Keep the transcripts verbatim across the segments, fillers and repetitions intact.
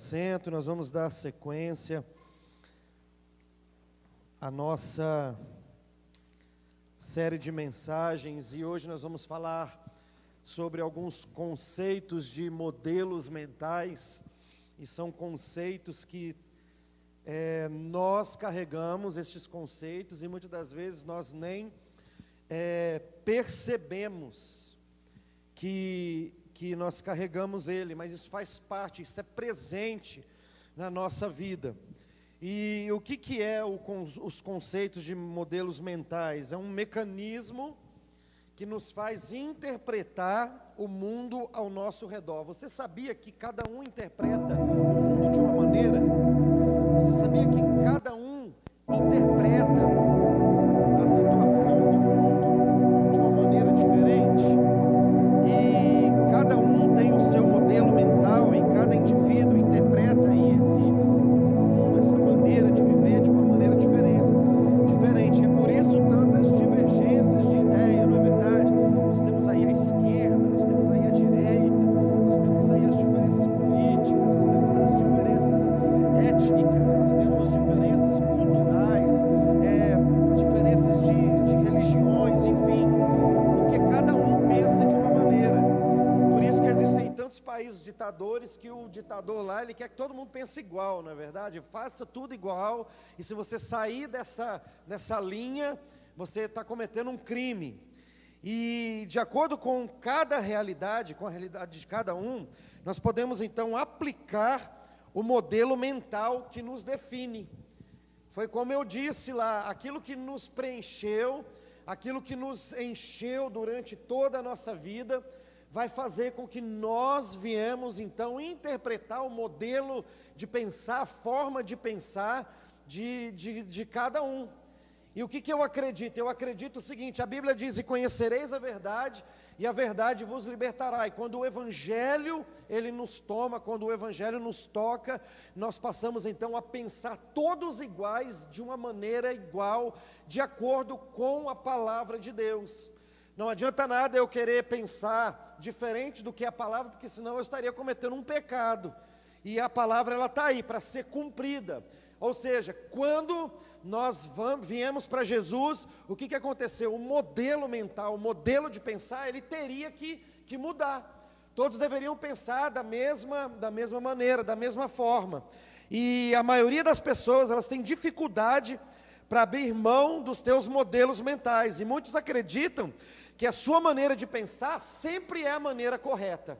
assento, nós vamos dar sequência à nossa série de mensagens e hoje nós vamos falar sobre alguns conceitos de modelos mentais e são conceitos que é, nós carregamos estes conceitos e muitas das vezes nós nem é, percebemos que que nós carregamos ele, mas isso faz parte, isso é presente na nossa vida. E o que, que é o, os conceitos de modelos mentais? É um mecanismo que nos faz interpretar o mundo ao nosso redor. Você sabia que cada um interpreta o mundo de uma maneira? Você sabia que cada um interpreta a situação do mundo de uma maneira diferente? E cada um tem o seu modelo mental e cada indivíduo interpreta esse, esse mundo, essa maneira de viver de uma maneira diferente. diferente. É por isso tantas divergências de ideia, não é verdade? Nós temos aí a esquerda, nós temos aí a direita, nós temos aí as diferenças políticas, nós temos as diferenças étnicas, nós temos diferenças culturais, é, diferenças de, de religiões, enfim, porque cada um pensa de uma maneira. Por isso que existem tantos países ditadores que o ditador lá, ele quer que todo mundo pense igual, não é verdade? Faça tudo igual, e se você sair dessa, dessa linha, você está cometendo um crime. E de acordo com cada realidade, com a realidade de cada um, nós podemos então aplicar o modelo mental que nos define. Foi como eu disse lá, aquilo que nos preencheu, aquilo que nos encheu durante toda a nossa vida, vai fazer com que nós viemos então interpretar o modelo de pensar, a forma de pensar de, de, de cada um. E o que, que eu acredito? Eu acredito o seguinte, a Bíblia diz, e conhecereis a verdade, e a verdade vos libertará. E quando o Evangelho, ele nos toma, quando o Evangelho nos toca, nós passamos então a pensar todos iguais, de uma maneira igual, de acordo com a palavra de Deus. Não adianta nada eu querer pensar diferente do que a palavra, porque senão eu estaria cometendo um pecado. E a palavra ela está aí para ser cumprida. Ou seja, quando nós vamos, viemos para Jesus, o que, que aconteceu? O modelo mental, o modelo de pensar, ele teria que, que mudar. Todos deveriam pensar da mesma, da mesma maneira, da mesma forma. E a maioria das pessoas, elas têm dificuldade para abrir mão dos teus modelos mentais. E muitos acreditam que a sua maneira de pensar sempre é a maneira correta.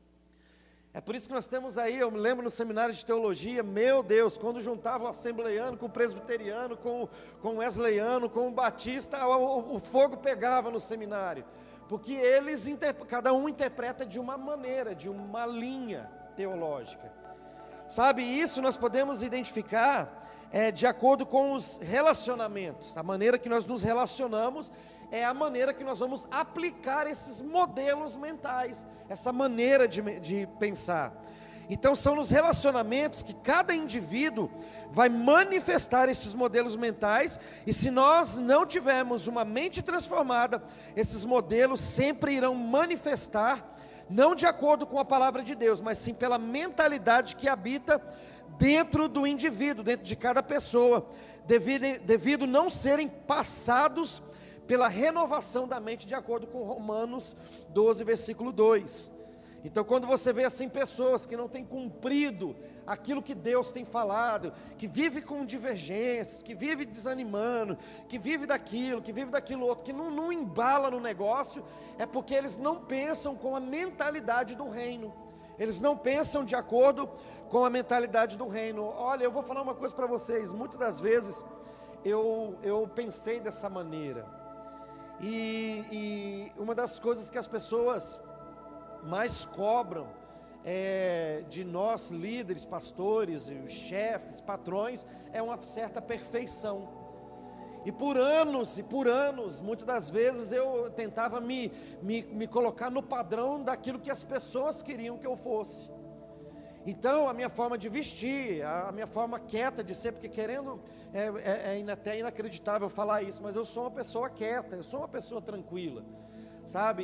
É por isso que nós temos aí, eu me lembro no seminário de teologia, meu Deus, quando juntava o assembleiano com o presbiteriano, com, com o wesleyano, com o batista, o, o fogo pegava no seminário. Porque eles, cada um interpreta de uma maneira, de uma linha teológica. Sabe, isso nós podemos identificar é, de acordo com os relacionamentos. A maneira que nós nos relacionamos é a maneira que nós vamos aplicar esses modelos mentais, essa maneira de, de pensar. Então são nos relacionamentos que cada indivíduo vai manifestar esses modelos mentais, e se nós não tivermos uma mente transformada, esses modelos sempre irão manifestar, não de acordo com a palavra de Deus, mas sim pela mentalidade que habita dentro do indivíduo, dentro de cada pessoa, devido, devido não serem passados pela renovação da mente, de acordo com Romanos doze, versículo dois. Então, quando você vê assim pessoas que não têm cumprido aquilo que Deus tem falado, que vive com divergências, que vive desanimando, que vive daquilo, que vive daquilo outro, que não, não embala no negócio, é porque eles não pensam com a mentalidade do reino. Eles não pensam de acordo com a mentalidade do reino. Olha, eu vou falar uma coisa para vocês, muitas das vezes eu, eu pensei dessa maneira. E, e uma das coisas que as pessoas mais cobram é, de nós líderes, pastores, chefes, patrões, é uma certa perfeição. E por anos, e por anos, muitas das vezes eu tentava me, me, me colocar no padrão daquilo que as pessoas queriam que eu fosse. Então, a minha forma de vestir, a minha forma quieta de ser, porque querendo, é, é, é até inacreditável falar isso, mas eu sou uma pessoa quieta, eu sou uma pessoa tranquila, sabe?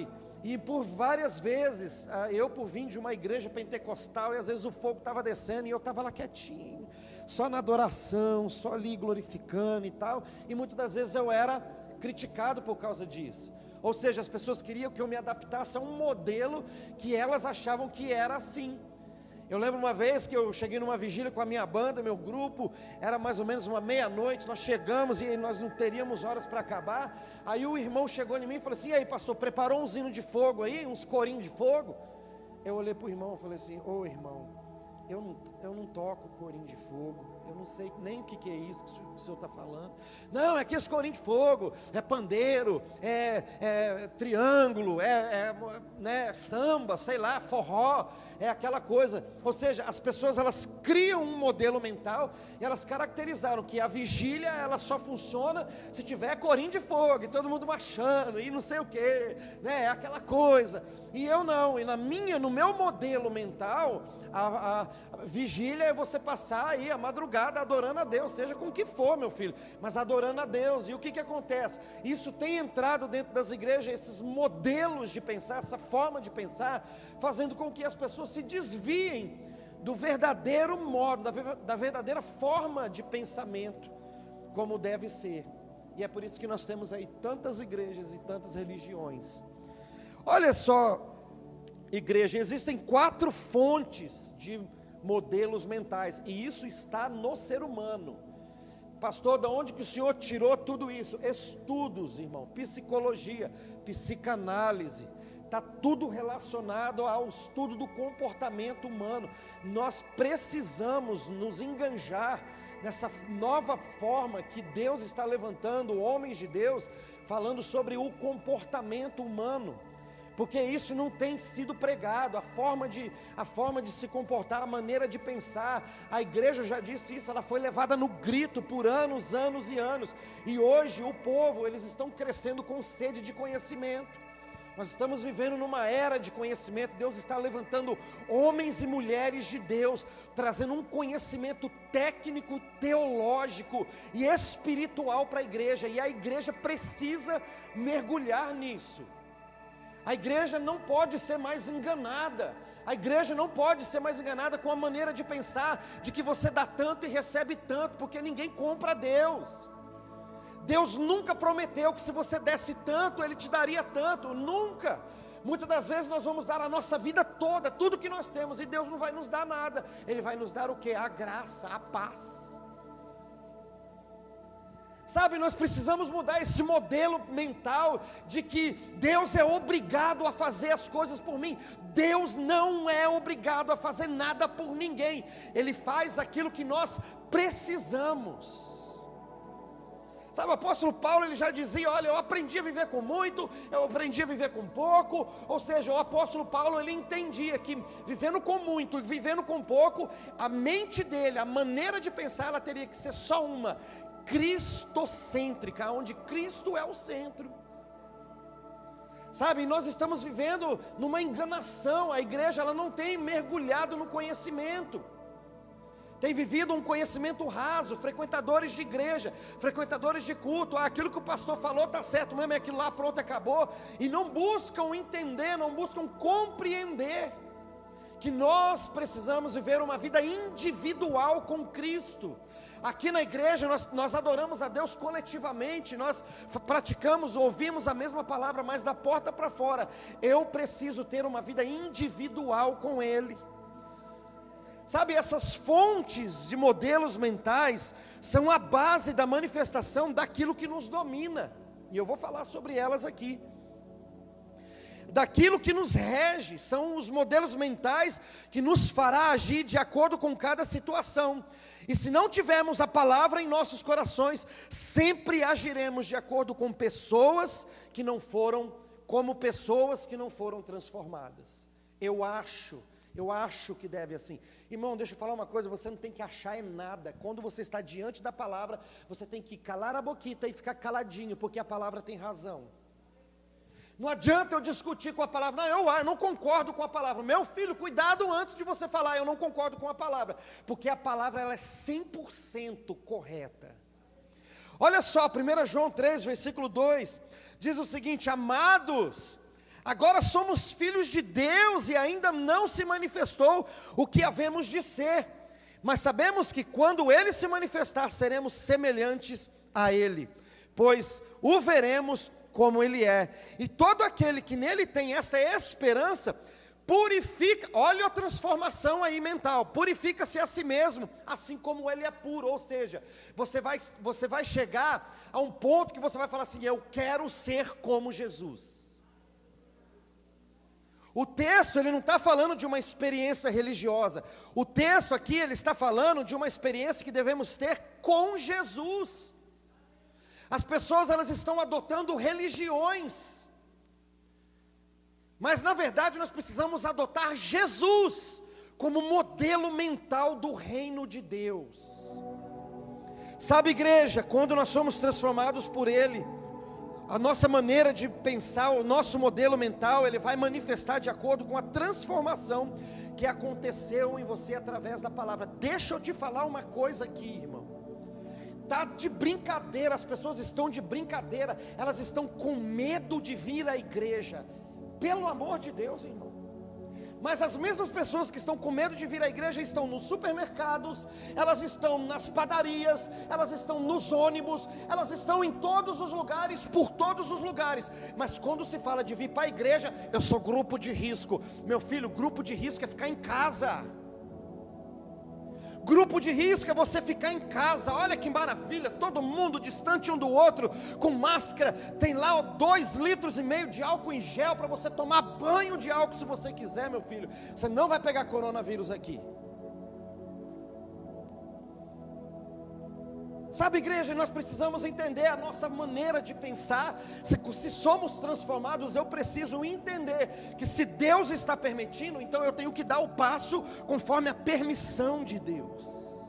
E por várias vezes, eu por vir de uma igreja pentecostal, e às vezes o fogo estava descendo, e eu estava lá quietinho, só na adoração, só ali glorificando e tal, e muitas das vezes eu era criticado por causa disso. Ou seja, as pessoas queriam que eu me adaptasse a um modelo que elas achavam que era assim. Eu lembro uma vez que eu cheguei numa vigília com a minha banda, meu grupo, era mais ou menos uma meia-noite, nós chegamos e nós não teríamos horas para acabar. Aí o irmão chegou em mim e falou assim: e aí, pastor, preparou uns hinos de fogo aí, uns corinhos de fogo? Eu olhei para o irmão e falei assim: ô oh, irmão, eu não, eu não toco corinho de fogo, eu não sei nem o que, que é isso que o senhor está falando. Não, é que esse corinho de fogo é pandeiro, é, é triângulo, é, é né, samba, sei lá, forró, é aquela coisa. Ou seja, as pessoas elas criam um modelo mental e elas caracterizaram que a vigília ela só funciona se tiver corinho de fogo e todo mundo marchando e não sei o que, né, é aquela coisa. E eu não, e na minha, no meu modelo mental, A, a, a vigília é você passar aí a madrugada adorando a Deus, seja com o que for, meu filho, mas adorando a Deus. E o que que acontece? Isso tem entrado dentro das igrejas, esses modelos de pensar, essa forma de pensar, fazendo com que as pessoas se desviem do verdadeiro modo, da, da verdadeira forma de pensamento, como deve ser. E é por isso que nós temos aí tantas igrejas e tantas religiões. Olha só, igreja, existem quatro fontes de modelos mentais, e isso está no ser humano. Pastor, de onde que o senhor tirou tudo isso? Estudos, irmão, psicologia, psicanálise, está tudo relacionado ao estudo do comportamento humano. Nós precisamos nos enganjar nessa nova forma que Deus está levantando, homens de Deus, falando sobre o comportamento humano. Porque isso não tem sido pregado, a forma, de, a forma de se comportar, a maneira de pensar. A igreja já disse isso, ela foi levada no grito por anos, anos e anos. E hoje o povo, eles estão crescendo com sede de conhecimento. Nós estamos vivendo numa era de conhecimento. Deus está levantando homens e mulheres de Deus, trazendo um conhecimento técnico, teológico e espiritual para a igreja. E a igreja precisa mergulhar nisso. A igreja não pode ser mais enganada, a igreja não pode ser mais enganada com a maneira de pensar, de que você dá tanto e recebe tanto, porque ninguém compra Deus. Deus nunca prometeu que se você desse tanto, Ele te daria tanto, nunca. Muitas das vezes nós vamos dar a nossa vida toda, tudo que nós temos, e Deus não vai nos dar nada. Ele vai nos dar o quê? A graça, a paz. Sabe, nós precisamos mudar esse modelo mental de que Deus é obrigado a fazer as coisas por mim. Deus não é obrigado a fazer nada por ninguém. Ele faz aquilo que nós precisamos. Sabe, o apóstolo Paulo, ele já dizia, olha, eu aprendi a viver com muito, eu aprendi a viver com pouco. Ou seja, o apóstolo Paulo, ele entendia que vivendo com muito e vivendo com pouco, a mente dele, a maneira de pensar, ela teria que ser só uma, cristocêntrica, onde Cristo é o centro. Sabe, nós estamos vivendo numa enganação. A igreja ela não tem mergulhado no conhecimento, tem vivido um conhecimento raso, frequentadores de igreja, frequentadores de culto, ah, aquilo que o pastor falou está certo mesmo, é aquilo lá, pronto, acabou, e não buscam entender, não buscam compreender, que nós precisamos viver uma vida individual com Cristo. Aqui na igreja nós, nós adoramos a Deus coletivamente, nós praticamos, ouvimos a mesma palavra, mas da porta para fora, eu preciso ter uma vida individual com Ele. Sabe, essas fontes de modelos mentais são a base da manifestação daquilo que nos domina, e eu vou falar sobre elas aqui. Daquilo que nos rege, são os modelos mentais que nos fará agir de acordo com cada situação. E se não tivermos a palavra em nossos corações, sempre agiremos de acordo com pessoas que não foram, como pessoas que não foram transformadas. Eu acho, eu acho que deve assim. Irmão, deixa eu falar uma coisa, você não tem que achar em nada. Quando você está diante da palavra, você tem que calar a boquita e ficar caladinho, porque a palavra tem razão. Não adianta eu discutir com a palavra, não, eu, eu não concordo com a palavra. Meu filho, cuidado antes de você falar, eu não concordo com a palavra. Porque a palavra ela é cem por cento correta. Olha só, primeiro João três, versículo dois, diz o seguinte: amados, Agora somos filhos de Deus e ainda não se manifestou o que havemos de ser. Mas sabemos que quando Ele se manifestar, seremos semelhantes a Ele, pois o veremos como Ele é. E todo aquele que nele tem essa esperança, purifica, olha a transformação aí mental, purifica-se a si mesmo, assim como Ele é puro. Ou seja, você vai, você vai chegar a um ponto que você vai falar assim: eu quero ser como Jesus. O texto, ele não está falando de uma experiência religiosa. O texto aqui, ele está falando de uma experiência que devemos ter com Jesus. As pessoas, elas estão adotando religiões. Mas, na verdade, nós precisamos adotar Jesus como modelo mental do reino de Deus. Sabe, igreja, quando nós somos transformados por Ele, a nossa maneira de pensar, o nosso modelo mental, ele vai manifestar de acordo com a transformação que aconteceu em você através da palavra. Deixa eu te falar uma coisa aqui, irmão. Está de brincadeira, as pessoas estão de brincadeira, elas estão com medo de vir à igreja. Pelo amor de Deus, irmão. Mas as mesmas pessoas que estão com medo de vir à igreja estão nos supermercados, elas estão nas padarias, elas estão nos ônibus, elas estão em todos os lugares, por todos os lugares. Mas quando se fala de vir para a igreja, eu sou grupo de risco. Meu filho, grupo de risco é ficar em casa. Grupo de risco é você ficar em casa. Olha que maravilha, todo mundo distante um do outro, com máscara. Tem lá dois litros e meio de álcool em gel para você tomar banho de álcool se você quiser, meu filho. Você não vai pegar coronavírus aqui. Sabe, igreja, nós precisamos entender a nossa maneira de pensar. Se, se somos transformados, eu preciso entender que se Deus está permitindo, então eu tenho que dar o passo conforme a permissão de Deus.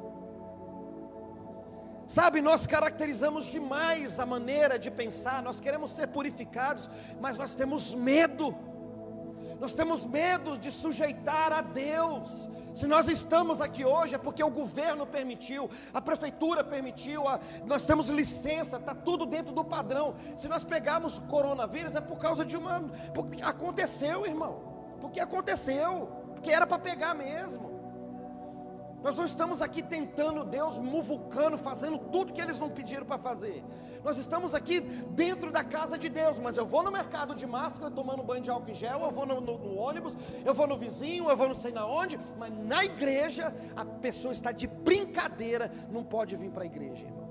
Sabe, nós caracterizamos demais a maneira de pensar, nós queremos ser purificados, mas nós temos medo. Nós temos medo de sujeitar a Deus. Se nós estamos aqui hoje é porque o governo permitiu, a prefeitura permitiu, a, nós temos licença, está tudo dentro do padrão. Se nós pegarmos coronavírus é por causa de uma... Porque aconteceu, irmão. Porque aconteceu. Porque era para pegar mesmo. Nós não estamos aqui tentando Deus, muvucando, fazendo tudo que eles não pediram para fazer. Nós estamos aqui dentro da casa de Deus, mas eu vou no mercado de máscara, tomando banho de álcool em gel, eu vou no, no, no ônibus, eu vou no vizinho, eu vou não sei na onde, mas na igreja, a pessoa está de brincadeira, não pode vir para a igreja, irmão.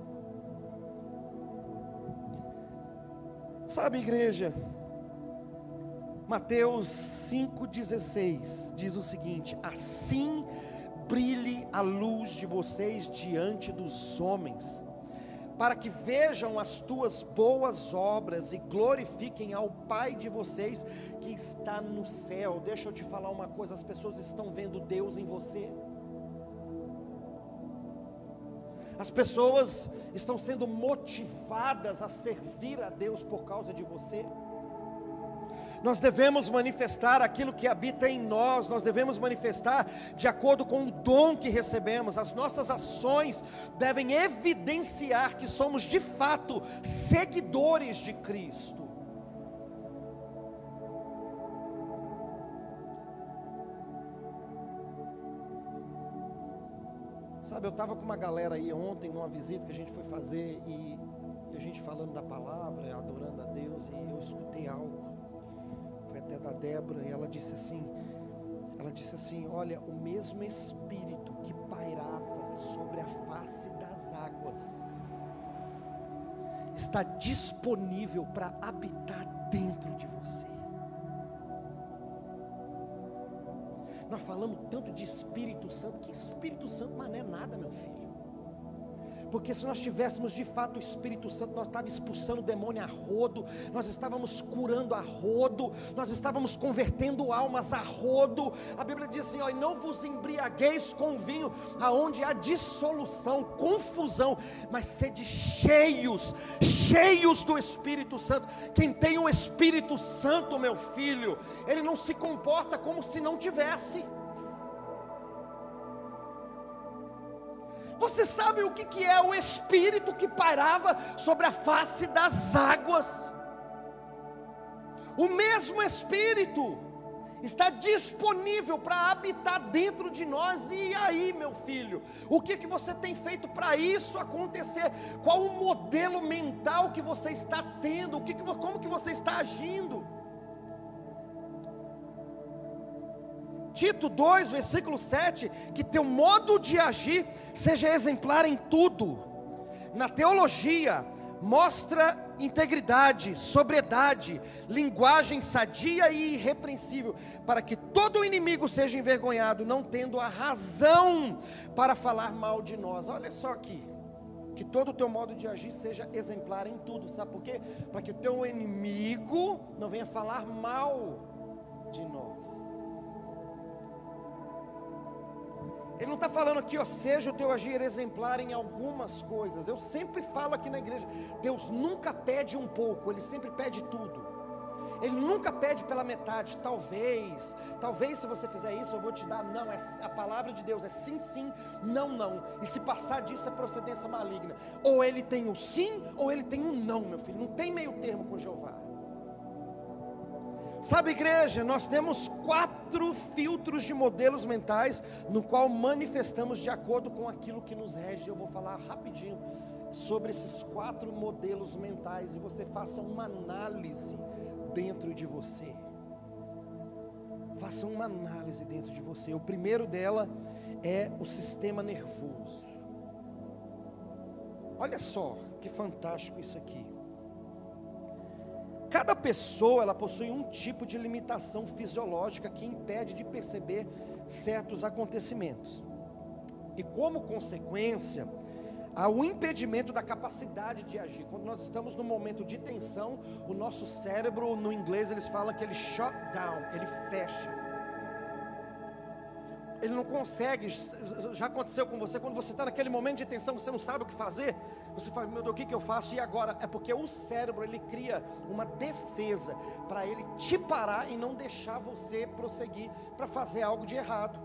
Sabe, igreja, Mateus cinco dezesseis diz o seguinte: assim brilhe a luz de vocês diante dos homens, para que vejam as tuas boas obras e glorifiquem ao Pai de vocês que está no céu. Deixa eu te falar uma coisa, as pessoas estão vendo Deus em você. As pessoas estão sendo motivadas a servir a Deus por causa de você. Nós devemos manifestar aquilo que habita em nós, nós devemos manifestar de acordo com o dom que recebemos. As nossas ações devem evidenciar que somos de fato seguidores de Cristo. Sabe, eu estava com uma galera aí ontem, numa visita que a gente foi fazer, e, e a gente falando da palavra, adorando a Deus, e eu escutei algo. Foi até da Débora, e ela disse assim, ela disse assim, olha, o mesmo Espírito que pairava sobre a face das águas, está disponível para habitar dentro de você. Nós falamos tanto de Espírito Santo, que Espírito Santo, mas não é nada, meu filho. Porque se nós tivéssemos de fato o Espírito Santo, nós estávamos expulsando o demônio a rodo, nós estávamos curando a rodo, nós estávamos convertendo almas a rodo. A Bíblia diz assim, ó, e não vos embriagueis com vinho, aonde há dissolução, confusão, mas sede cheios, cheios do Espírito Santo. Quem tem o Espírito Santo, meu filho, ele não se comporta como se não tivesse. Você sabe o que, que é o Espírito que pairava sobre a face das águas? O mesmo Espírito está disponível para habitar dentro de nós. E aí, meu filho, o que, que você tem feito para isso acontecer? Qual o modelo mental que você está tendo? O que que, como que você está agindo? Tito dois, versículo sete, que teu modo de agir seja exemplar em tudo. Na teologia, mostra integridade, sobriedade, linguagem sadia e irrepreensível, para que todo inimigo seja envergonhado, não tendo a razão para falar mal de nós. Olha só aqui, que todo o teu modo de agir seja exemplar em tudo, sabe por quê? Para que o teu inimigo não venha falar mal de nós. Ele não está falando aqui, ó, seja o teu agir exemplar em algumas coisas. Eu sempre falo aqui na igreja, Deus nunca pede um pouco, Ele sempre pede tudo. Ele nunca pede pela metade, talvez, talvez se você fizer isso eu vou te dar. Não, é, a palavra de Deus é sim, sim, não, não. E se passar disso é procedência maligna. Ou Ele tem o sim, ou Ele tem o não, meu filho. Não tem meio termo com Jeová. Sabe, igreja, nós temos quatro filtros de modelos mentais, no qual manifestamos de acordo com aquilo que nos rege. Eu vou falar rapidinho sobre esses quatro modelos mentais, e você faça uma análise dentro de você. Faça uma análise dentro de você. O primeiro dela é o sistema nervoso. Olha só, que fantástico isso aqui. Cada pessoa, ela possui um tipo de limitação fisiológica que impede de perceber certos acontecimentos. E como consequência, há o impedimento da capacidade de agir. Quando nós estamos num momento de tensão, o nosso cérebro, no inglês eles falam que ele shut down, ele fecha. Ele não consegue. Já aconteceu com você, quando você está naquele momento de tensão, você não sabe o que fazer? Você fala, meu Deus, o que, que eu faço? E agora? É porque o cérebro, ele cria uma defesa para ele te parar e não deixar você prosseguir para fazer algo de errado.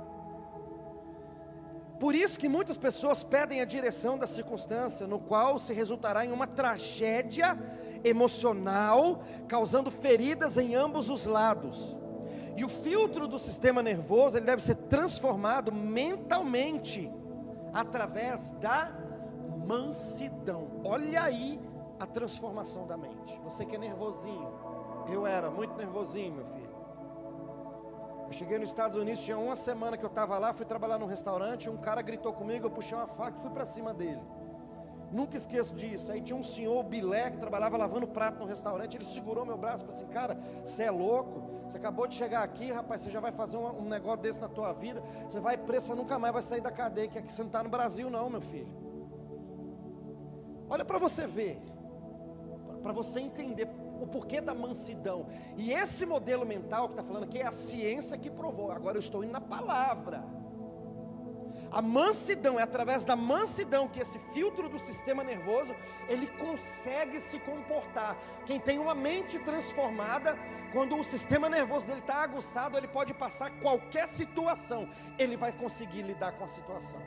Por isso que muitas pessoas pedem a direção da circunstância, no qual se resultará em uma tragédia emocional, causando feridas em ambos os lados. E o filtro do sistema nervoso, ele deve ser transformado mentalmente, através da mansidão. Olha aí a transformação da mente. Você que é nervosinho, eu era muito nervosinho, meu filho. Eu cheguei nos Estados Unidos, tinha uma semana que eu estava lá, fui trabalhar num restaurante, um cara gritou comigo, eu puxei uma faca e fui para cima dele. Nunca esqueço disso. Aí tinha um senhor, o Bilé, que trabalhava lavando prato no restaurante, ele segurou meu braço e falou assim, cara, você é louco, você acabou de chegar aqui, rapaz, você já vai fazer um, um negócio desse na tua vida, você vai preso, você nunca mais vai sair da cadeia, que aqui você não está no Brasil não, meu filho. Olha para você ver, para você entender o porquê da mansidão. E esse modelo mental que está falando aqui é a ciência que provou. Agora eu estou indo na palavra. A mansidão, é através da mansidão que esse filtro do sistema nervoso, ele consegue se comportar. Quem tem uma mente transformada, quando o sistema nervoso dele está aguçado, ele pode passar qualquer situação, ele vai conseguir lidar com a situação.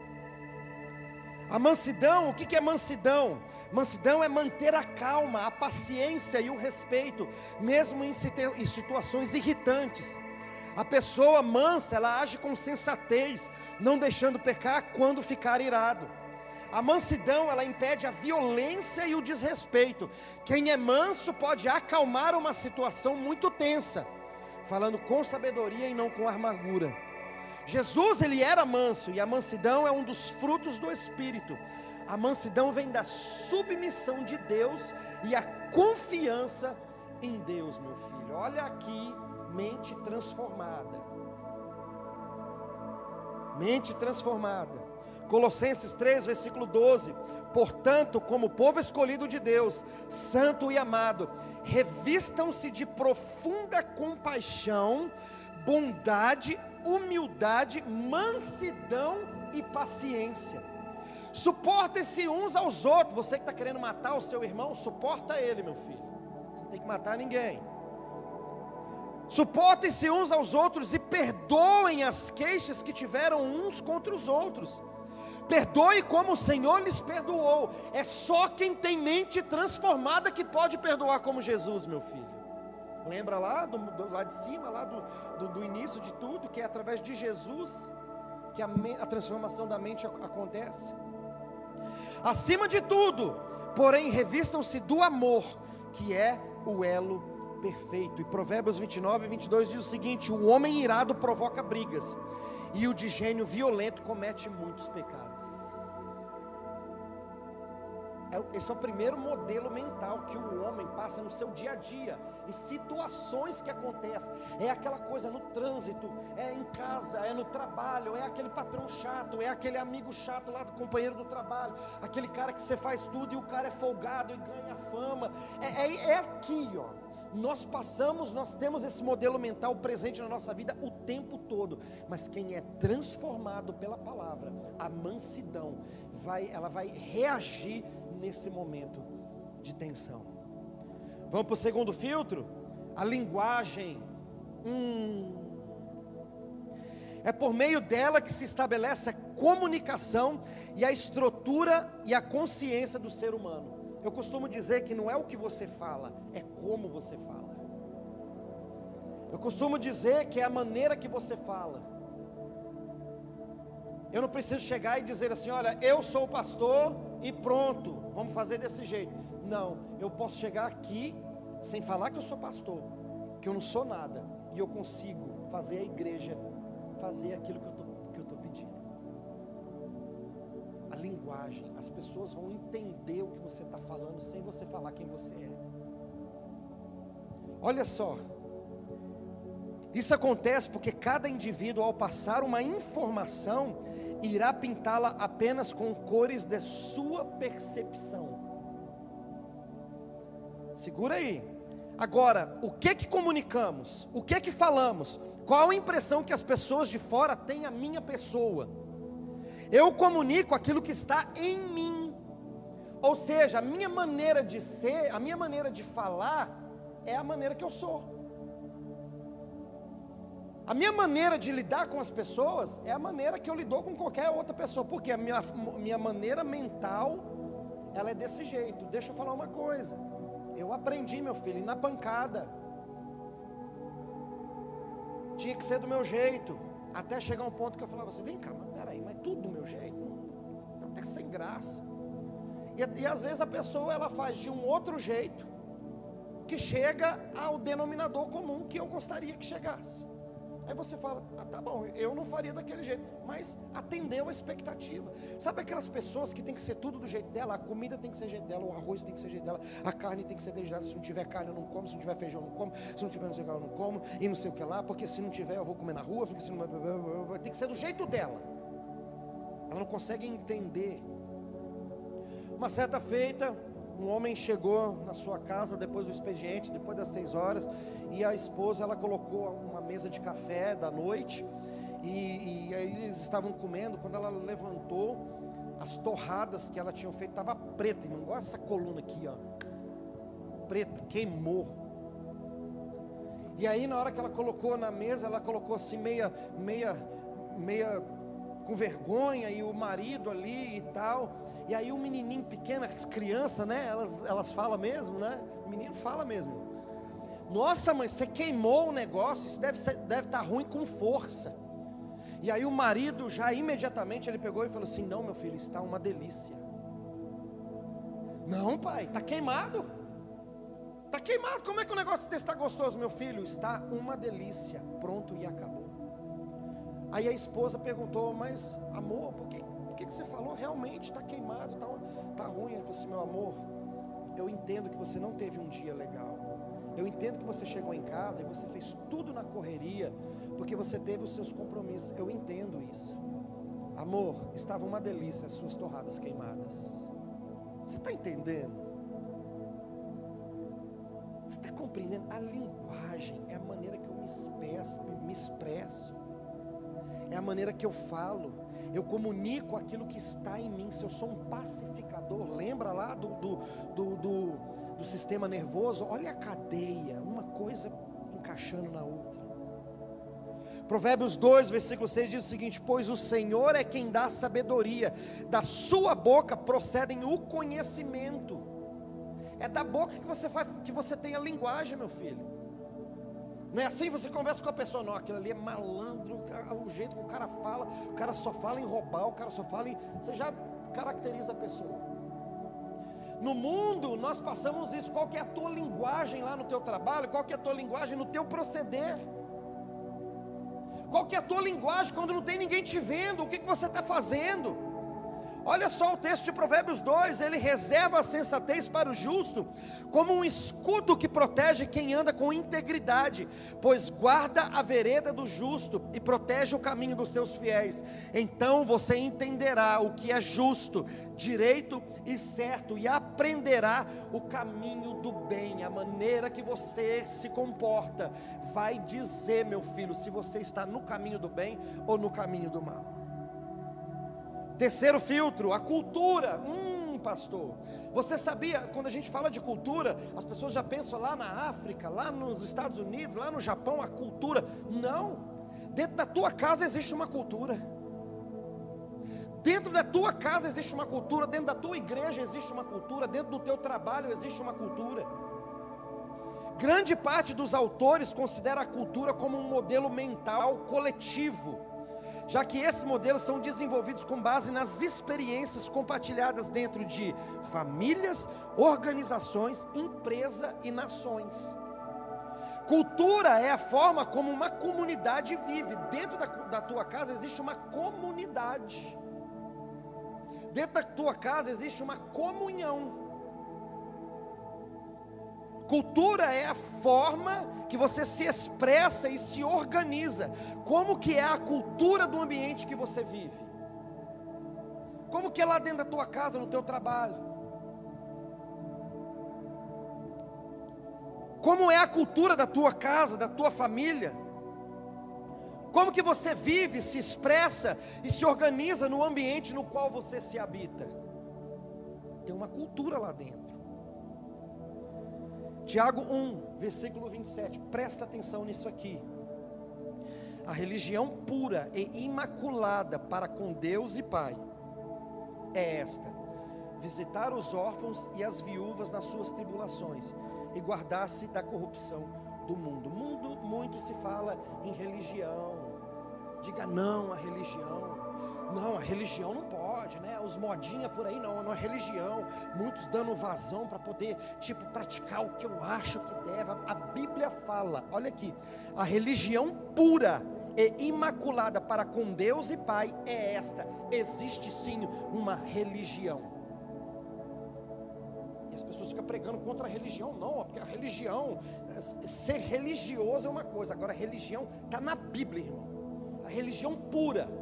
A mansidão, o que é mansidão? Mansidão é manter a calma, a paciência e o respeito, mesmo em situações irritantes. A pessoa mansa, ela age com sensatez, não deixando pecar quando ficar irado. A mansidão, ela impede a violência e o desrespeito. Quem é manso pode acalmar uma situação muito tensa, falando com sabedoria e não com amargura. Jesus, ele era manso, e a mansidão é um dos frutos do Espírito. A mansidão vem da submissão de Deus e a confiança em Deus, meu filho. Olha aqui, mente transformada. Mente transformada. Colossenses três, versículo doze. Portanto, como povo escolhido de Deus, santo e amado, revistam-se de profunda compaixão, bondade, humildade, mansidão e paciência. Suportem-se uns aos outros. Você que está querendo matar o seu irmão, suporta ele, meu filho. Você não tem que matar ninguém. Suportem-se uns aos outros e perdoem as queixas que tiveram uns contra os outros. Perdoe como o Senhor lhes perdoou. É só quem tem mente transformada que pode perdoar como Jesus, meu filho. Lembra lá, do, do, lá de cima, lá do, do, do início de tudo, que é através de Jesus que a, a transformação da mente acontece. Acima de tudo, porém, revistam-se do amor, que é o elo perfeito. E Provérbios vinte e nove, vinte e dois diz o seguinte: o homem irado provoca brigas, e o de gênio violento comete muitos pecados. Esse é o primeiro modelo mental que o homem passa no seu dia a dia, em situações que acontecem. É aquela coisa no trânsito, é em casa, é no trabalho, é aquele patrão chato, é aquele amigo chato lá do companheiro do trabalho, aquele cara que você faz tudo e o cara é folgado e ganha fama. É, é, é aqui, ó. Nós passamos, nós temos esse modelo mental presente na nossa vida o tempo todo. Mas quem é transformado pela palavra, a mansidão, vai, ela vai reagir nesse momento de tensão. Vamos para o segundo filtro? A linguagem. Hum. É por meio dela que se estabelece a comunicação e a estrutura e a consciência do ser humano. Eu costumo dizer que não é o que você fala, é como você fala. Eu costumo dizer que é a maneira que você fala. Eu não preciso chegar e dizer assim: olha, eu sou o pastor e pronto, vamos fazer desse jeito. Não, eu posso chegar aqui sem falar que eu sou pastor, que eu não sou nada, e eu consigo fazer a igreja fazer aquilo que eu tô, que eu tô pedindo. A linguagem, as pessoas vão entender o que você está falando sem você falar quem você é. Olha só, isso acontece porque cada indivíduo, ao passar uma informação, irá pintá-la apenas com cores de sua percepção. Segura aí. Agora, o que que comunicamos? O que que falamos? Qual a impressão que as pessoas de fora têm a minha pessoa? Eu comunico aquilo que está em mim. Ou seja, a minha maneira de ser, a minha maneira de falar, é a maneira que eu sou. A minha maneira de lidar com as pessoas é a maneira que eu lido com qualquer outra pessoa. Porque a minha, minha maneira mental, ela é desse jeito. Deixa eu falar uma coisa. Eu aprendi, meu filho, na pancada. Tinha que ser do meu jeito. Até chegar um ponto que eu falava assim: vem cá, mas peraí, mas tudo do meu jeito? Até sem graça. E, e às vezes a pessoa, ela faz de um outro jeito, que chega ao denominador comum que eu gostaria que chegasse. Aí você fala: ah, tá bom, eu não faria daquele jeito, mas atendeu a expectativa. Sabe aquelas pessoas que tem que ser tudo do jeito dela? A comida tem que ser do jeito dela, o arroz tem que ser do jeito dela, a carne tem que ser do jeito dela. Se não tiver carne eu não como, se não tiver feijão eu não como, se não tiver não sei o que eu não como, e não sei o que lá, porque se não tiver eu vou comer na rua, porque se não... tem que ser do jeito dela. Ela não consegue entender. Uma certa feita, um homem chegou na sua casa depois do expediente, depois das seis horas, e a esposa, ela colocou uma mesa de café da noite, e, e aí eles estavam comendo. Quando ela levantou, as torradas que ela tinha feito estavam preta, não igual essa coluna aqui, ó, preta, queimou. E aí na hora que ela colocou na mesa, ela colocou assim meia, meia, meia com vergonha, e o marido ali e tal. E aí o menininho pequeno, as crianças, né, elas, elas falam mesmo, né, o menino fala mesmo: nossa mãe, você queimou o negócio, isso deve ser, deve estar ruim com força. E aí o marido já imediatamente ele pegou e falou assim: não, meu filho, está uma delícia. Não, pai, está queimado. Está queimado, como é que o negócio desse está gostoso? Meu filho, está uma delícia, pronto e acabou. Aí a esposa perguntou: mas amor, por que, por que você falou? Realmente está queimado, está tá ruim. Ele falou assim: meu amor, eu entendo que você não teve um dia legal. Eu entendo que você chegou em casa e você fez tudo na correria, porque você teve os seus compromissos. Eu entendo isso. Amor, estava uma delícia as suas torradas queimadas. Você está entendendo? Você está compreendendo? A linguagem é a maneira que eu me expresso, me expresso. É a maneira que eu falo. Eu comunico aquilo que está em mim. Se eu sou um pacificador, lembra lá do... do, do, do do sistema nervoso, olha a cadeia, uma coisa encaixando na outra. Provérbios dois, versículo seis diz o seguinte: pois o Senhor é quem dá sabedoria, da sua boca procedem o conhecimento. É da boca que você faz, que você tem a linguagem, meu filho. Não é assim? Você conversa com a pessoa, não, aquilo ali é malandro, o jeito que o cara fala, o cara só fala em roubar, o cara só fala em... Você já caracteriza a pessoa. No mundo, nós passamos isso. Qual que é a tua linguagem lá no teu trabalho? Qual que é a tua linguagem no teu proceder? Qual que é a tua linguagem quando não tem ninguém te vendo? O que, que você está fazendo? Olha só o texto de Provérbios dois, ele reserva a sensatez para o justo, como um escudo que protege quem anda com integridade, pois guarda a vereda do justo e protege o caminho dos seus fiéis. Então você entenderá o que é justo, direito e certo, e aprenderá o caminho do bem. A maneira que você se comporta vai dizer, meu filho, se você está no caminho do bem ou no caminho do mal. Terceiro filtro, a cultura. Hum, pastor, você sabia, quando a gente fala de cultura, as pessoas já pensam lá na África, lá nos Estados Unidos, lá no Japão, a cultura. Não, dentro da tua casa existe uma cultura. Dentro da tua casa existe uma cultura, dentro da tua igreja existe uma cultura, dentro do teu trabalho existe uma cultura. Grande parte dos autores considera a cultura como um modelo mental coletivo, já que esses modelos são desenvolvidos com base nas experiências compartilhadas dentro de famílias, organizações, empresa e nações. Cultura é a forma como uma comunidade vive. Dentro da, da tua casa existe uma comunidade. Dentro da tua casa existe uma comunhão. Cultura é a forma que você se expressa e se organiza. Como que é a cultura do ambiente que você vive? Como que é lá dentro da tua casa, no teu trabalho? Como é a cultura da tua casa, da tua família? Como que você vive, se expressa e se organiza no ambiente no qual você se habita? Tem uma cultura lá dentro. Tiago um, versículo vinte e sete, presta atenção nisso aqui. A religião pura e imaculada para com Deus e Pai é esta: visitar os órfãos e as viúvas nas suas tribulações e guardar-se da corrupção do mundo. Mundo, muito se fala em religião. Diga não à religião. Não, a religião não pode, né? Os modinha por aí, não, não é religião. Muitos dando vazão para poder, tipo, praticar o que eu acho que deve. A Bíblia fala, olha aqui, a religião pura e imaculada para com Deus e Pai é esta: existe sim uma religião. E as pessoas ficam pregando contra a religião, não, porque a religião, ser religioso é uma coisa, agora a religião está na Bíblia, irmão. A religião pura.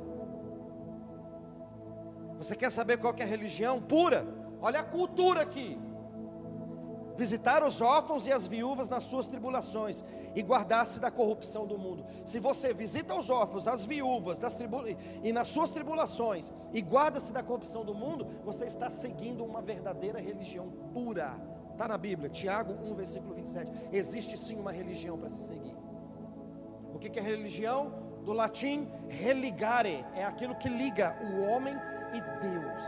Você quer saber qual que é a religião pura? Olha a cultura aqui: visitar os órfãos e as viúvas nas suas tribulações e guardar-se da corrupção do mundo. Se você visita os órfãos, as viúvas das tribu... e nas suas tribulações e guarda-se da corrupção do mundo, você está seguindo uma verdadeira religião pura. Está na Bíblia, Tiago um, versículo vinte e sete. Existe sim uma religião para se seguir. O que, que é religião? Do latim, religare, é aquilo que liga o homem e Deus.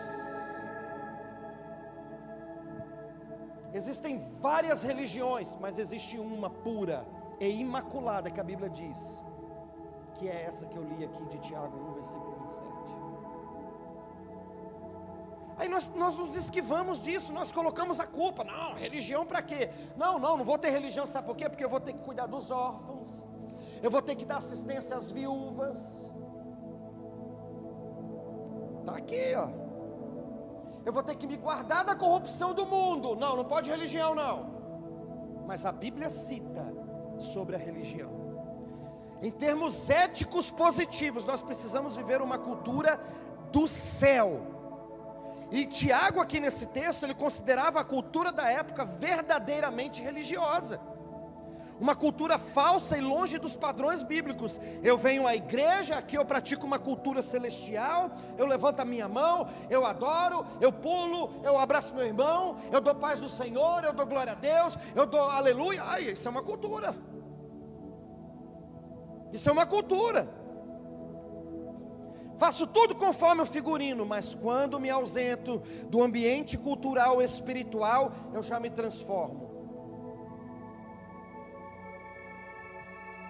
Existem várias religiões, mas existe uma pura e imaculada que a Bíblia diz, que é essa que eu li aqui de Tiago um, versículo vinte e sete. Aí nós, nós nos esquivamos disso, nós colocamos a culpa. Não, religião para quê? Não, não, não vou ter religião, sabe por quê? Porque eu vou ter que cuidar dos órfãos, eu vou ter que dar assistência às viúvas. Está aqui, ó. Eu vou ter que me guardar da corrupção do mundo. Não, não pode religião, não. Mas a Bíblia cita sobre a religião. Em termos éticos positivos, nós precisamos viver uma cultura do céu. E Tiago aqui nesse texto, ele considerava a cultura da época verdadeiramente religiosa. Uma cultura falsa e longe dos padrões bíblicos. Eu venho à igreja, aqui eu pratico uma cultura celestial, eu levanto a minha mão, eu adoro, eu pulo, eu abraço meu irmão, eu dou paz do Senhor, eu dou glória a Deus, eu dou aleluia. Ai, isso é uma cultura. Isso é uma cultura. Faço tudo conforme o figurino, mas quando me ausento do ambiente cultural espiritual, eu já me transformo.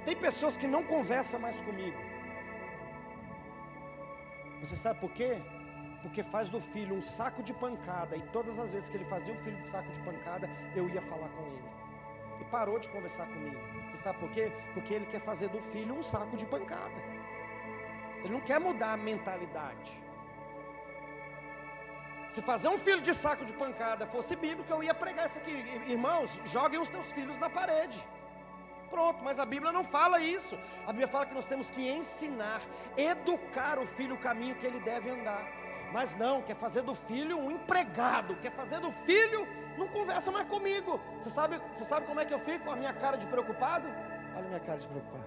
Tem pessoas que não conversam mais comigo. Você sabe por quê? Porque faz do filho um saco de pancada, e todas as vezes que ele fazia o filho de saco de pancada, eu ia falar com ele. E parou de conversar comigo. Você sabe por quê? Porque ele quer fazer do filho um saco de pancada. Ele não quer mudar a mentalidade. Se fazer um filho de saco de pancada fosse bíblico, eu ia pregar isso aqui. Irmãos, joguem os teus filhos na parede. Pronto, mas a Bíblia não fala isso. A Bíblia fala que nós temos que ensinar, educar o filho o caminho que ele deve andar. Mas não, quer fazer do filho um empregado, quer fazer do filho, não conversa mais comigo. Você sabe, você sabe como é que eu fico com a minha cara de preocupado? Olha a minha cara de preocupado.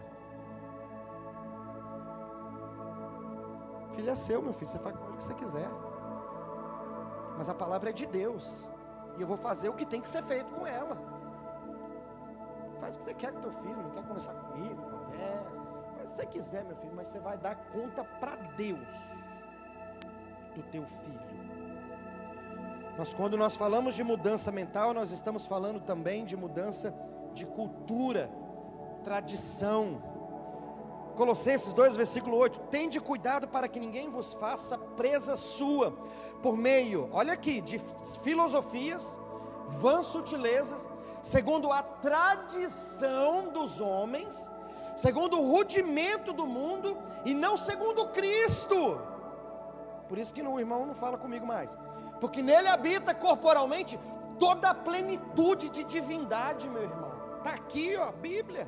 Filho é seu, meu filho, você faz com ele o que você quiser. Mas a palavra é de Deus, e eu vou fazer o que tem que ser feito com ela. Faz o que você quer com teu filho, não quer conversar comigo, conversa, faz o que você quiser, meu filho, mas você vai dar conta para Deus do teu filho. Nós, quando nós falamos de mudança mental, nós estamos falando também de mudança de cultura, tradição. Colossenses dois, versículo oito, tende cuidado para que ninguém vos faça presa sua, por meio, olha aqui, de filosofias, vãs sutilezas, segundo a tradição dos homens, segundo o rudimento do mundo, e não segundo Cristo. Por isso que o irmão não fala comigo mais, porque nele habita corporalmente toda a plenitude de divindade, meu irmão. Está aqui, ó, a Bíblia.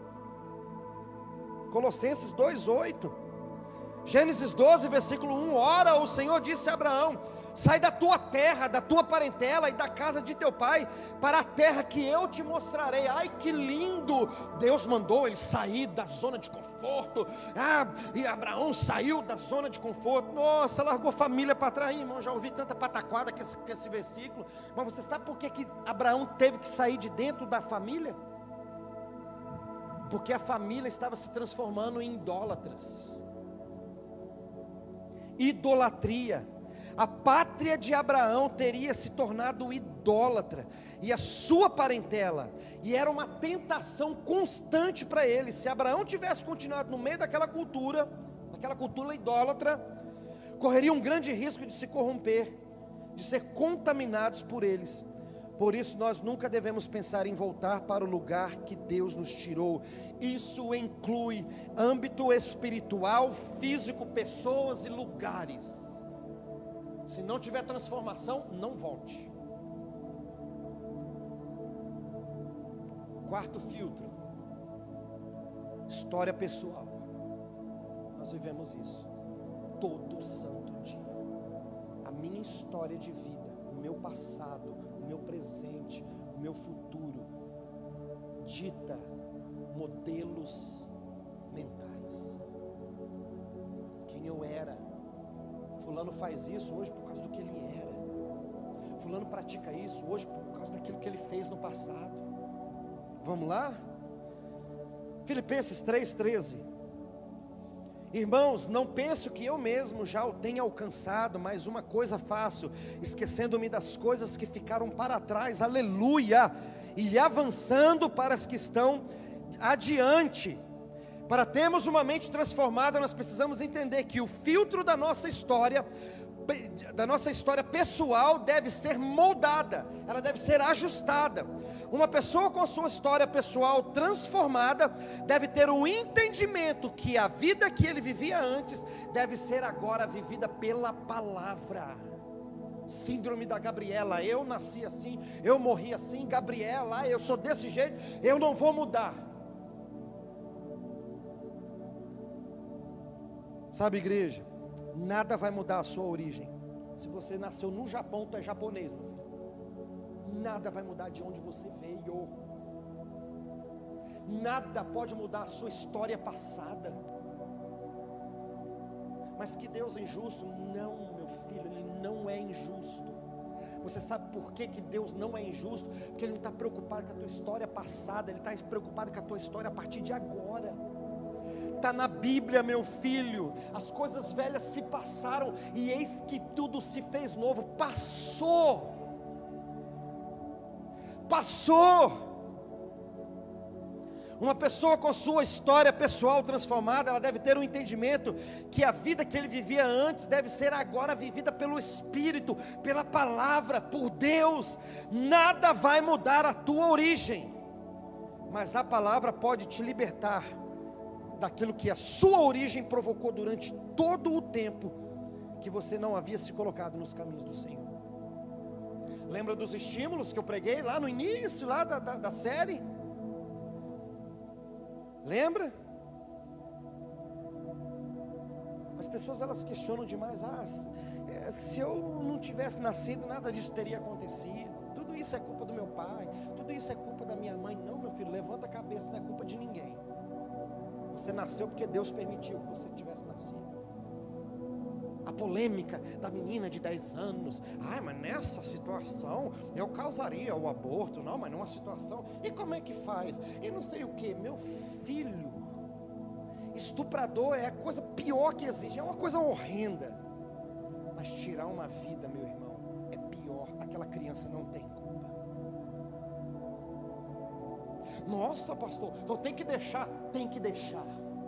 Colossenses dois, oito. Gênesis doze, versículo um. Ora, o Senhor disse a Abraão: sai da tua terra, da tua parentela e da casa de teu pai, para a terra que eu te mostrarei. Ai, que lindo! Deus mandou ele sair da zona de conforto. Ah, e Abraão saiu da zona de conforto. Nossa, largou família para trás. Irmão, já ouvi tanta pataquada com esse, com esse versículo. Mas você sabe por que, que Abraão teve que sair de dentro da família? Porque a família estava se transformando em idólatras. Idolatria. A pátria de Abraão teria se tornado idólatra, e a sua parentela, e era uma tentação constante para ele. Se Abraão tivesse continuado no meio daquela cultura, daquela cultura idólatra, correria um grande risco de se corromper, de ser contaminados por eles. Por isso nós nunca devemos pensar em voltar para o lugar que Deus nos tirou. Isso inclui âmbito espiritual, físico, pessoas e lugares. Se não tiver transformação, não volte. Quarto filtro: história pessoal. Nós vivemos isso todo santo dia. A minha história de vida, o meu passado, o meu presente, o meu futuro, dita modelos mentais. Quem eu era. Fulano faz isso hoje por causa do que ele era. Fulano pratica isso hoje por causa daquilo que ele fez no passado. Vamos lá? Filipenses três, treze. Irmãos, não penso que eu mesmo já o tenha alcançado, mas uma coisa faço, esquecendo-me das coisas que ficaram para trás, aleluia, e avançando para as que estão adiante. Para termos uma mente transformada, nós precisamos entender que o filtro da nossa história, da nossa história pessoal, deve ser moldada, ela deve ser ajustada. Uma pessoa com a sua história pessoal transformada, deve ter o entendimento que a vida que ele vivia antes, deve ser agora vivida pela palavra. Síndrome da Gabriela: eu nasci assim, eu morri assim. Gabriela, eu sou desse jeito, eu não vou mudar. Sabe, igreja, nada vai mudar a sua origem. Se você nasceu no Japão, tu é japonês, meu filho. Nada vai mudar de onde você veio. Nada pode mudar a sua história passada. Mas que Deus é injusto? Não, meu filho, Ele não é injusto. Você sabe por que, que Deus não é injusto? Porque Ele não está preocupado com a tua história passada, Ele está preocupado com a tua história a partir de agora. Está na Bíblia, meu filho. As coisas velhas se passaram e eis que tudo se fez novo. Passou. Passou. Uma pessoa com sua história pessoal transformada, ela deve ter um entendimento que a vida que ele vivia antes deve ser agora vivida pelo Espírito, pela palavra, por Deus. Nada vai mudar a tua origem, mas a palavra pode te libertar daquilo que a sua origem provocou durante todo o tempo que você não havia se colocado nos caminhos do Senhor. Lembra dos estímulos que eu preguei lá no início lá da, da, da série? Lembra? As pessoas elas questionam demais. Ah, se eu não tivesse nascido, nada disso teria acontecido. Tudo isso é culpa do meu pai. Tudo isso é culpa da minha mãe. Não, meu filho, levanta a cabeça, não é culpa de ninguém. Você nasceu porque Deus permitiu que você tivesse nascido. A polêmica da menina de dez anos. Ah, mas nessa situação eu causaria o aborto. Não, mas numa situação. E como é que faz? E não sei o que. Meu filho, estuprador é a coisa pior que existe. É uma coisa horrenda. Mas tirar uma vida, meu irmão, é pior. Aquela criança não tem culpa. Nossa, pastor, então tem que deixar. Tem que deixar.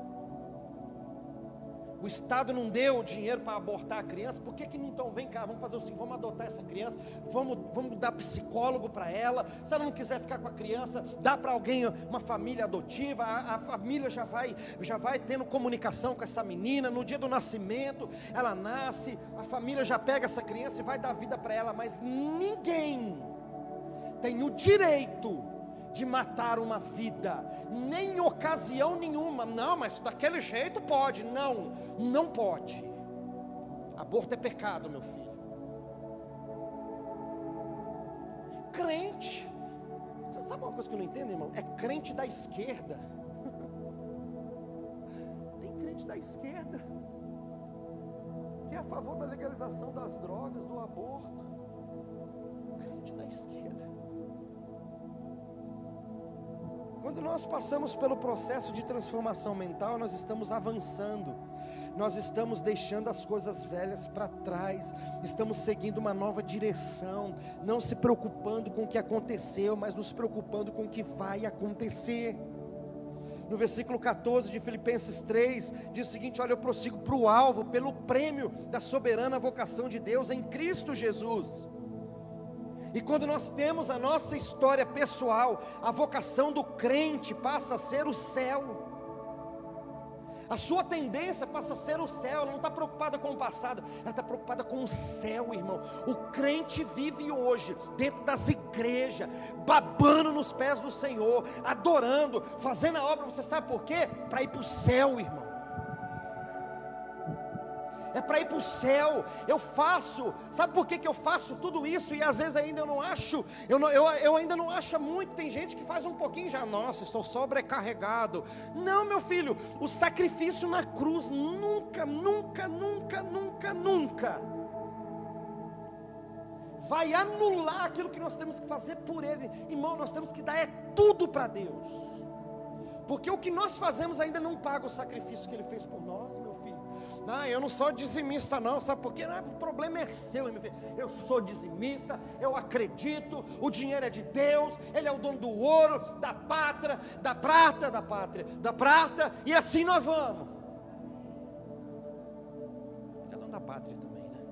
O Estado não deu dinheiro para abortar a criança. Por que que não, então, vem cá, vamos fazer assim, vamos adotar essa criança, vamos, vamos dar psicólogo para ela. Se ela não quiser ficar com a criança, dá para alguém, uma família adotiva. A, a família já vai, já vai tendo comunicação com essa menina. No dia do nascimento, ela nasce, a família já pega essa criança e vai dar vida para ela. Mas ninguém tem o direito de matar uma vida, nem ocasião nenhuma. Não, mas daquele jeito pode. Não, não pode. Aborto é pecado, meu filho. Crente, você sabe uma coisa que eu não entendo, irmão? É crente da esquerda. Tem crente da esquerda que é a favor da legalização das drogas, do aborto. Crente da esquerda. Quando nós passamos pelo processo de transformação mental, nós estamos avançando, nós estamos deixando as coisas velhas para trás, estamos seguindo uma nova direção, não se preocupando com o que aconteceu, mas nos preocupando com o que vai acontecer. No versículo catorze de Filipenses três, diz o seguinte: olha, eu prossigo para o alvo, pelo prêmio da soberana vocação de Deus em Cristo Jesus. E quando nós temos a nossa história pessoal, a vocação do crente passa a ser o céu. A sua tendência passa a ser o céu. Ela não está preocupada com o passado, ela está preocupada com o céu, irmão. O crente vive hoje dentro das igrejas, babando nos pés do Senhor, adorando, fazendo a obra. Você sabe por quê? Para ir para o céu, irmão. É para ir para o céu. Eu faço, sabe por que que eu faço tudo isso? E às vezes ainda eu não acho, eu, não, eu, eu ainda não acho muito. Tem gente que faz um pouquinho já, nossa, estou sobrecarregado. Não, meu filho, o sacrifício na cruz nunca, nunca, nunca, nunca, nunca vai anular aquilo que nós temos que fazer por Ele. Irmão, nós temos que dar é tudo para Deus, porque o que nós fazemos ainda não paga o sacrifício que Ele fez por nós, meu filho. Não, eu não sou dizimista não, sabe por quê? Não, o problema é seu, meu filho. Eu sou dizimista, eu acredito, o dinheiro é de Deus, Ele é o dono do ouro, da pátria, da prata, da pátria, da prata, e assim nós vamos. Ele é dono da pátria também, né?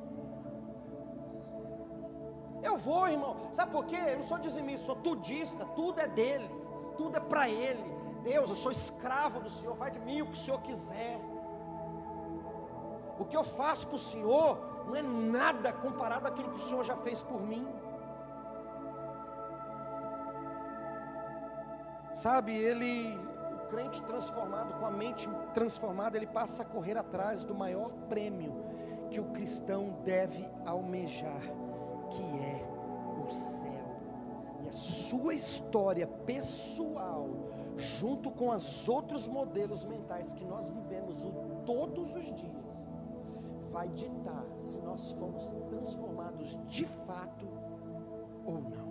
Eu vou, irmão, sabe por quê? Eu não sou dizimista, sou tudista, tudo é dele, tudo é para Ele. Deus, eu sou escravo do Senhor, vai de mim o que o Senhor quiser. O que eu faço para o Senhor não é nada comparado àquilo que o Senhor já fez por mim. Sabe, ele, o crente transformado, com a mente transformada, ele passa a correr atrás do maior prêmio que o cristão deve almejar, que é o céu. E a sua história pessoal, junto com os outros modelos mentais que nós vivemos todos os dias, vai ditar se nós fomos transformados de fato ou não.